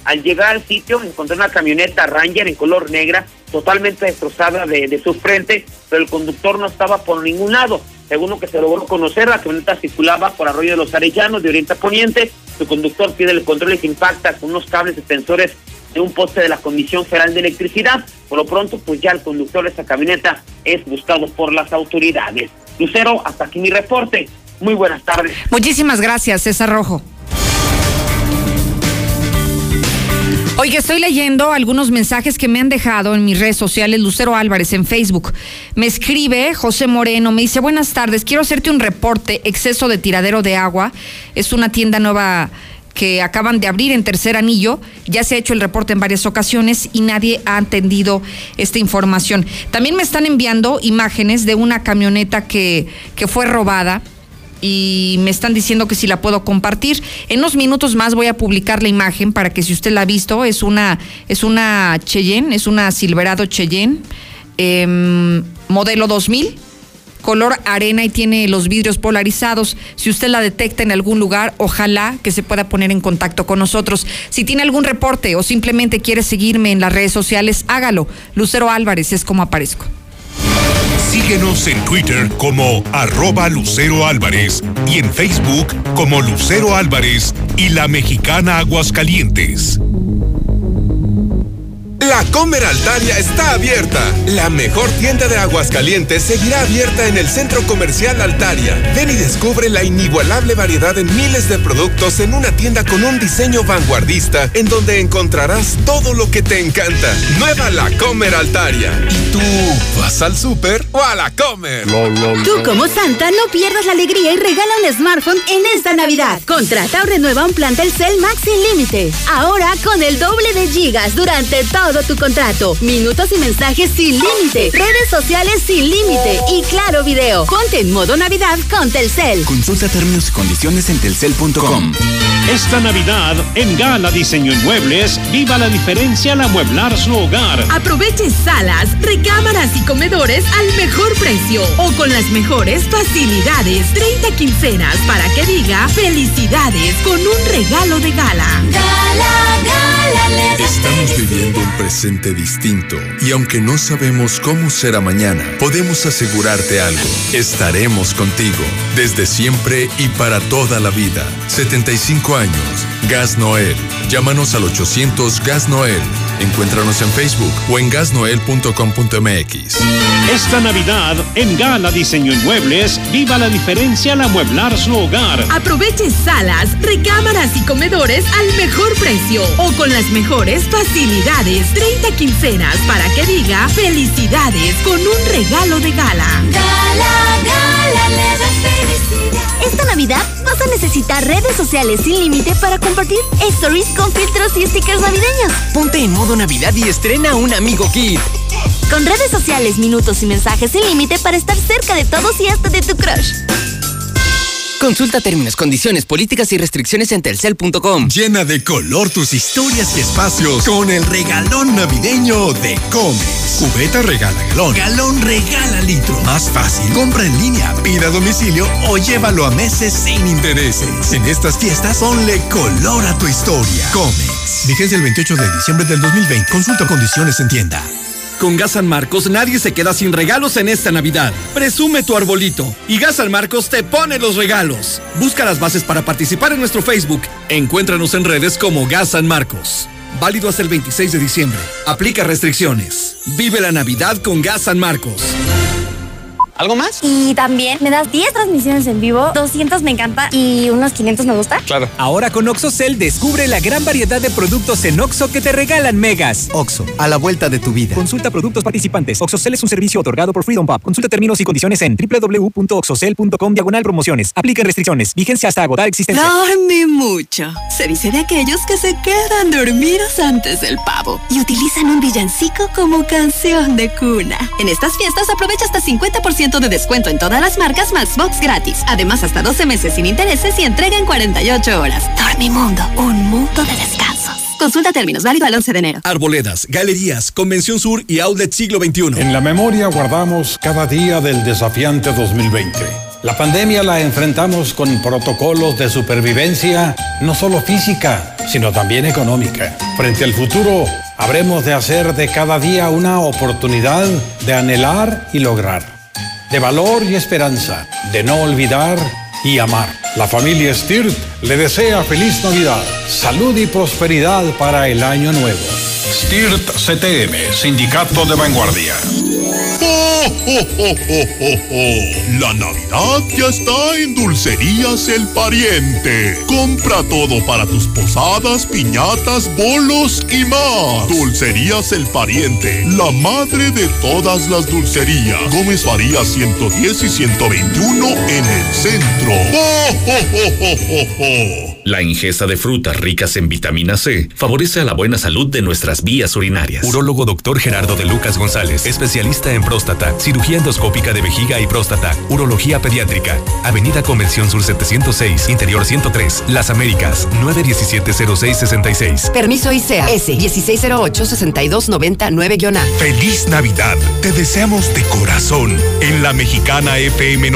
Al llegar al sitio encontró una camioneta Ranger en color negra, totalmente destrozada de su frente, pero el conductor no estaba por ningún lado. Según lo que se logró conocer, la camioneta circulaba por Arroyo de los Arellanos, de oriente a poniente. Su conductor pierde el control y se impacta con unos cables extensores de un poste de la Comisión Federal de Electricidad. Por lo pronto, pues ya el conductor de esa camioneta es buscado por las autoridades. Lucero, hasta aquí mi reporte. Muy buenas tardes. Muchísimas gracias, César Rojo. Oye, estoy leyendo algunos mensajes que me han dejado en mis redes sociales. Lucero Álvarez en Facebook. Me escribe José Moreno, me dice: buenas tardes, quiero hacerte un reporte, exceso de tiradero de agua. Es una tienda nueva que acaban de abrir en Tercer Anillo. Ya se ha hecho el reporte en varias ocasiones y nadie ha atendido esta información. También me están enviando imágenes de una camioneta que fue robada y me están diciendo que si la puedo compartir. En unos minutos más voy a publicar la imagen para que, si usted la ha visto, es una Cheyenne, es una Silverado Cheyenne, modelo 2000, color arena, y tiene los vidrios polarizados. Si usted la detecta en algún lugar, ojalá que se pueda poner en contacto con nosotros. Si tiene algún reporte o simplemente quiere seguirme en las redes sociales, hágalo. Lucero Álvarez es como aparezco. Síguenos en Twitter como @Lucero Álvarez y en Facebook como Lucero Álvarez y La Mexicana Aguascalientes. La Comer Altaria está abierta. La mejor tienda de Aguascalientes seguirá abierta en el Centro Comercial Altaria. Ven y descubre la inigualable variedad en miles de productos en una tienda con un diseño vanguardista, en donde encontrarás todo lo que te encanta. Nueva La Comer Altaria. ¿Y tú vas al súper o a la Comer? Tú, como Santa, no pierdas la alegría y regala un smartphone en esta Navidad. Contrata o renueva un plan Telcel Max sin límite. Ahora con el doble de gigas durante todo tu contrato, minutos y mensajes sin límite, redes sociales sin límite y claro video. Ponte en modo Navidad con Telcel. Consulta términos y condiciones en telcel.com. Esta Navidad, en Gala Diseño en Muebles, viva la diferencia al amueblar su hogar. Aproveche salas, recámaras y comedores al mejor precio o con las mejores facilidades. 30 quincenas para que diga felicidades con un regalo de Gala. Estamos viviendo un presente distinto y aunque no sabemos cómo será mañana, podemos asegurarte algo. Estaremos contigo desde siempre y para toda la vida. 75 años. Gas Noel. Llámanos al 800 Gas Noel. Encuéntranos en Facebook o en gasnoel.com.mx. Esta Navidad, en Gala Diseño en Muebles, viva la diferencia al amueblar su hogar. Aproveche salas, recámaras y comedores al mejor precio o con las mejores facilidades. 30 quincenas para que diga felicidades con un regalo de Gala. Gala le da felicidad. Esta Navidad vas a necesitar redes sociales sin límite para compartir stories con filtros y stickers navideños. Ponte en modo Navidad y estrena un Amigo Kit. Con redes sociales, minutos y mensajes sin límite para estar cerca de todos y hasta de tu crush. Consulta términos, condiciones, políticas y restricciones en telcel.com. Llena de color tus historias y espacios con el regalón navideño de Comex. Cubeta regala galón. Galón regala litro. Más fácil. Compra en línea, pida a domicilio o llévalo a meses sin intereses. En estas fiestas, ponle color a tu historia. Comex. Vigencia el 28 de diciembre del 2020. Consulta condiciones en tienda. Con Gas San Marcos nadie se queda sin regalos en esta Navidad. Presume tu arbolito y Gas San Marcos te pone los regalos. Busca las bases para participar en nuestro Facebook. Encuéntranos en redes como Gas San Marcos. Válido hasta el 26 de diciembre. Aplica restricciones. Vive la Navidad con Gas San Marcos. ¿Algo más? Y también me das 10 transmisiones en vivo, 200 me encanta y unos 500 me gusta. Claro. Ahora con OXXOCEL descubre la gran variedad de productos en OXXO que te regalan megas. OXXO, a la vuelta de tu vida. Consulta productos participantes. OXXOCEL es un servicio otorgado por Freedom Pub. Consulta términos y condiciones en www.oxxocel.com/promociones. Apliquen restricciones. Vigencia hasta agotar existencia. Dormí mucho. Se dice de aquellos que se quedan dormidos antes del pavo y utilizan un villancico como canción de cuna. En estas fiestas aprovecha hasta 50% de descuento en todas las marcas más box gratis. Además, hasta 12 meses sin intereses y entrega en 48 horas. Dormimundo, un mundo de descansos. Consulta términos, válido al 11 de enero. Arboledas, galerías, Convención Sur y Outlet Siglo XXI. En la memoria guardamos cada día del desafiante 2020. La pandemia la enfrentamos con protocolos de supervivencia, no solo física, sino también económica. Frente al futuro, habremos de hacer de cada día una oportunidad de anhelar y lograr, de valor y esperanza, de no olvidar y amar. La familia Stirt le desea feliz Navidad, salud y prosperidad para el año nuevo. Stirt CTM, Sindicato de Vanguardia. La Navidad ya está en Dulcerías El Pariente. Compra todo para tus posadas, piñatas, bolos y más. Dulcerías El Pariente, la madre de todas las dulcerías. Gómez Faría 110 y 121 en el centro. La ingesta de frutas ricas en vitamina C favorece a la buena salud de nuestras vías urinarias. Urólogo Dr. Gerardo de Lucas González, especialista en próstata, cirugía endoscópica de vejiga y próstata, urología pediátrica. Avenida Convención Sur 706, Interior 103, Las Américas, 917-0666. Permiso ICEA S1608-6299-A. Feliz Navidad, te deseamos de corazón en la Mexicana FM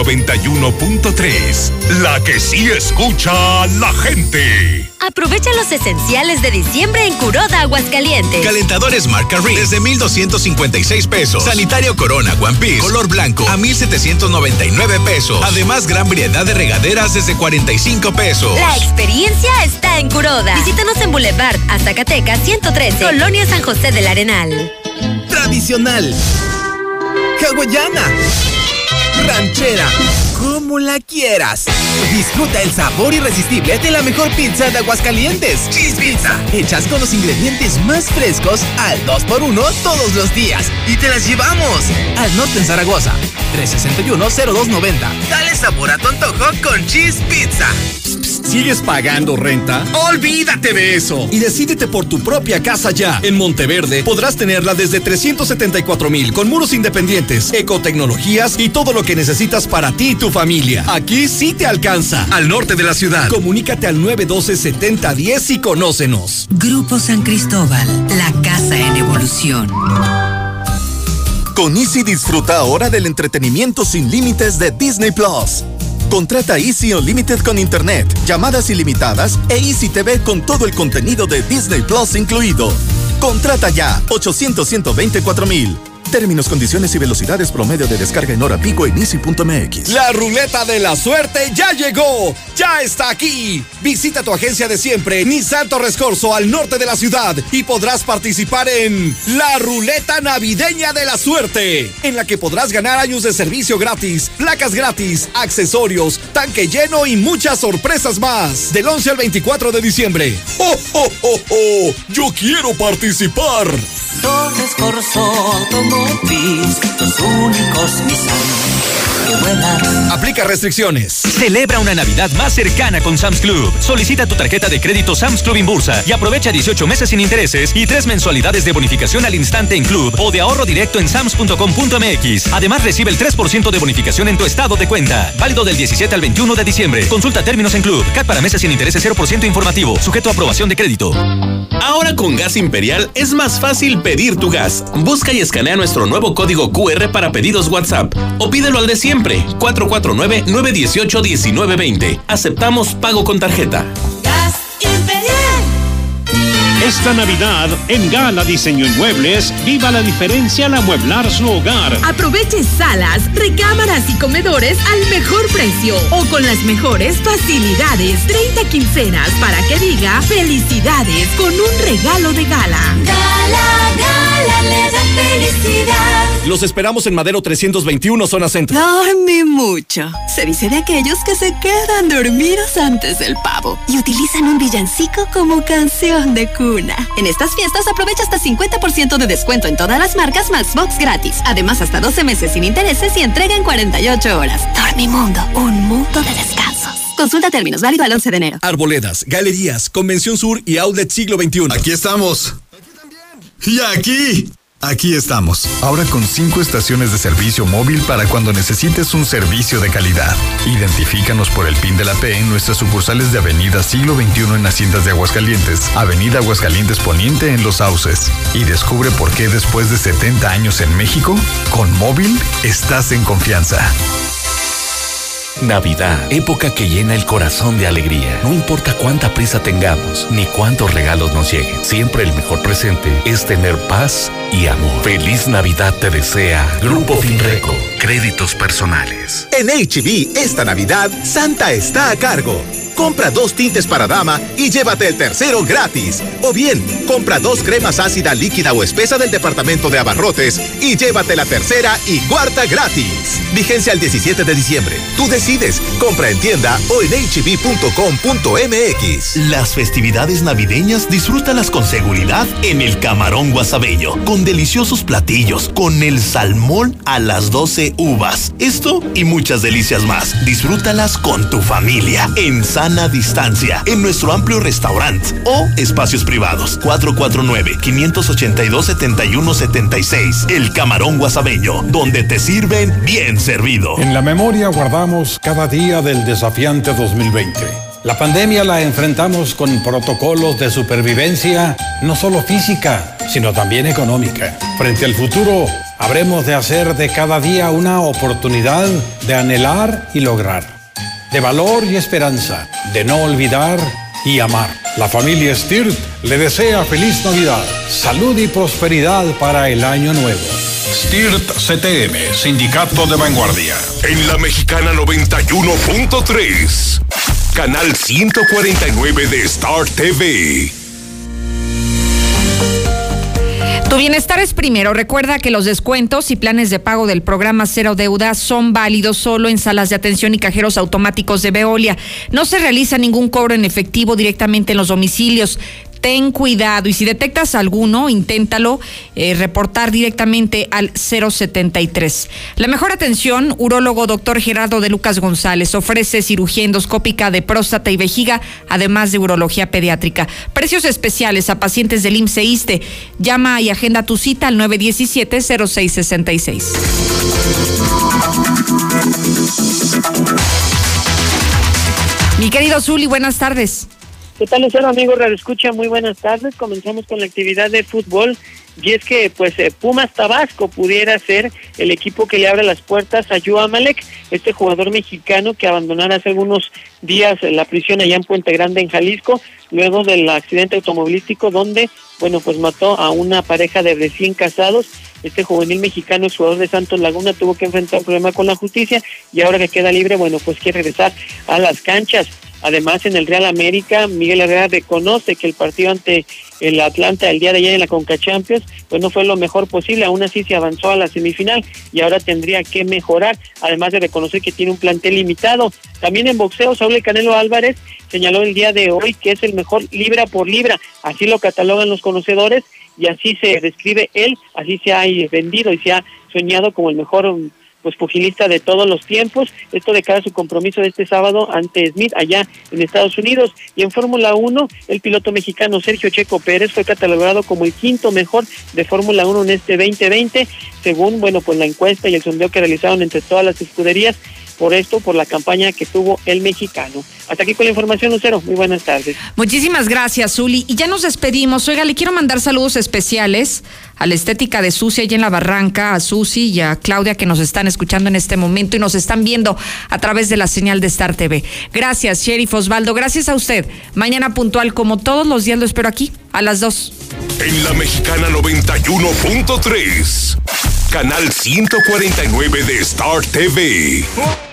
91.3, la que sí escucha a la gente. Aprovecha los esenciales de diciembre en Kuroda, Aguascalientes. Calentadores marca Ring desde 1,256 pesos. Sanitario Corona One Piece color blanco a 1,799 pesos. Además, gran variedad de regaderas desde 45 pesos. La experiencia está en Kuroda. Visítanos en Boulevard a Zacatecas 113, Colonia San José del Arenal. Tradicional, hawaiana, ranchera, como la quieras. Disfruta el sabor irresistible de la mejor pizza de Aguascalientes. Cheese Pizza. Hechas con los ingredientes más frescos al 2x1 todos los días. Y te las llevamos al norte en Zaragoza. 361-0290. Dale sabor a tu antojo con Cheese Pizza. ¿Sigues pagando renta? ¡Olvídate de eso! Y decídete por tu propia casa ya. En Monteverde podrás tenerla desde 374,000 con muros independientes, ecotecnologías y todo lo que necesitas para ti y tu familia. Aquí sí te alcanza. Al norte de la ciudad. Comunícate al 912-7010 y conócenos. Grupo San Cristóbal, la casa en evolución. Con Easy disfruta ahora del entretenimiento sin límites de Disney Plus. Contrata Easy Unlimited con internet, llamadas ilimitadas e Easy TV con todo el contenido de Disney Plus incluido. Contrata ya 800-124,000. Términos, condiciones y velocidades promedio de descarga en hora pico en easy.mx. La ruleta de la suerte ya llegó, ya está aquí. Visita tu agencia de siempre, Nissan Torres Corzo, al norte de la ciudad, y podrás participar en la ruleta navideña de la suerte, en la que podrás ganar años de servicio gratis, placas gratis, accesorios, tanque lleno y muchas sorpresas más. Del 11 al 24 de diciembre. ¡Oh, oh, oh, oh! ¡Yo quiero participar! Torres Corzo Automotriz, los únicos Nissan que vuelan. Aplica restricciones. Celebra una Navidad más cercana con Sam's Club. Solicita tu tarjeta de crédito Sam's Club Inbursa y aprovecha 18 meses sin intereses y 3 mensualidades de bonificación al instante en Club o de ahorro directo en sams.com.mx. Además, recibe el 3% de bonificación en tu estado de cuenta. Válido del 17 al 21 de diciembre. Consulta términos en Club. CAT para meses sin intereses 0% informativo. Sujeto a aprobación de crédito. Ahora con Gas Imperial es más fácil pedir tu gas. Busca y escanea nuestro nuevo código QR para pedidos WhatsApp o pídelo al de siempre, 449-918-1920. Aceptamos pago con tarjeta. Gas Imperial. Esta Navidad, en Gala Diseño en Muebles, viva la diferencia al amueblar su hogar. Aproveche salas, recámaras y comedores al mejor precio o con las mejores facilidades. 30 quincenas para que diga felicidades con un regalo de Gala. Gala, Gala le da felicidad. Los esperamos en Madero 321, zona centro. Dormí mucho. Se dice de aquellos que se quedan dormidos antes del pavo y utilizan un villancico como canción de cuna. En estas fiestas aprovecha hasta 50% de descuento en todas las marcas Maxbox gratis. Además, hasta 12 meses sin intereses y entrega en 48 horas. Dormimundo, un mundo de descansos. Consulta términos, válido al 11 de enero. Arboledas, galerías, Convención Sur y Outlet Siglo XXI. Aquí estamos. Y aquí estamos. Ahora con 5 estaciones de servicio móvil para cuando necesites un servicio de calidad. Identifícanos por el PIN de la P en nuestras sucursales de Avenida Siglo XXI en Haciendas de Aguascalientes, Avenida Aguascalientes Poniente en Los Sauces. Y descubre por qué después de 70 años en México, con móvil estás en confianza. Navidad, época que llena el corazón de alegría. No importa cuánta prisa tengamos, ni cuántos regalos nos lleguen. Siempre el mejor presente es tener paz y amor. Feliz Navidad te desea Grupo Finreco. Créditos personales. En H-E-B, esta Navidad, Santa está a cargo. Compra 2 tintes para dama y llévate el tercero gratis. O bien, compra 2 cremas ácida, líquida o espesa del departamento de abarrotes y llévate la tercera y cuarta gratis. Vigencia el 17 de diciembre. Tú decides. Compra en tienda o en hb.com.mx. Las festividades navideñas disfrútalas con seguridad en el Camarón Guasabeño, con deliciosos platillos, con el salmón a las 12 uvas. Esto y muchas delicias más. Disfrútalas con tu familia en sana distancia, en nuestro amplio restaurante o espacios privados. 449-582-7176. El Camarón Guasabeño, donde te sirven bien servido. En la memoria guardamos cada día del desafiante 2020. La pandemia la enfrentamos con protocolos de supervivencia, no solo física, sino también económica. Frente al futuro, habremos de hacer de cada día una oportunidad de anhelar y lograr, de valor y esperanza, de no olvidar y amar. La familia Stirt le desea feliz Navidad, salud y prosperidad para el año nuevo. Stirt CTM, Sindicato de Vanguardia. En la Mexicana 91.3, canal 149 de Star TV. Tu bienestar es primero. Recuerda que los descuentos y planes de pago del programa Cero Deuda son válidos solo en salas de atención y cajeros automáticos de Veolia. No se realiza ningún cobro en efectivo directamente en los domicilios. Ten cuidado y si detectas alguno, inténtalo reportar directamente al 073. La mejor atención, urólogo Dr. Gerardo de Lucas González, ofrece cirugía endoscópica de próstata y vejiga, además de urología pediátrica. Precios especiales a pacientes del IMSS e ISSSTE. Llama y agenda tu cita al 917-0666. Mi querido Zuli, buenas tardes. ¿Qué tal, Lucero, amigo Radio Escucha? Muy buenas tardes. Comenzamos con la actividad de fútbol y es que Pumas Tabasco pudiera ser el equipo que le abre las puertas a Joao Amalek, este jugador mexicano que abandonara hace algunos días la prisión allá en Puente Grande, en Jalisco, luego del accidente automovilístico donde, mató a una pareja de recién casados. Este juvenil mexicano, el jugador de Santos Laguna, tuvo que enfrentar un problema con la justicia y ahora que queda libre, quiere regresar a las canchas. Además, en el Real América, Miguel Herrera reconoce que el partido ante el Atlanta el día de ayer en la Conca Champions, no fue lo mejor posible, aún así se avanzó a la semifinal y ahora tendría que mejorar, además de reconocer que tiene un plantel limitado. También en boxeo, Saúl El Canelo Álvarez señaló el día de hoy que es el mejor libra por libra, así lo catalogan los conocedores y así se describe él, así se ha vendido y se ha soñado como el mejor pugilista de todos los tiempos. Esto de cara a su compromiso de este sábado ante Smith allá en Estados Unidos. Y en Fórmula 1, el piloto mexicano Sergio Checo Pérez fue catalogado como el quinto mejor de Fórmula 1 en este 2020, según la encuesta y el sondeo que realizaron entre todas las escuderías, por la campaña que tuvo el mexicano. Hasta aquí con la información, Lucero. Muy buenas tardes. Muchísimas gracias, Zuli. Y ya nos despedimos. Oiga, le quiero mandar saludos especiales a la estética de Susi allá en la Barranca, a Susi y a Claudia que nos están escuchando en este momento y nos están viendo a través de la señal de Star TV. Gracias, Sheriff Osvaldo. Gracias a usted. Mañana puntual, como todos los días, lo espero aquí a las 2. En la Mexicana 91.3, canal 149 de Star TV.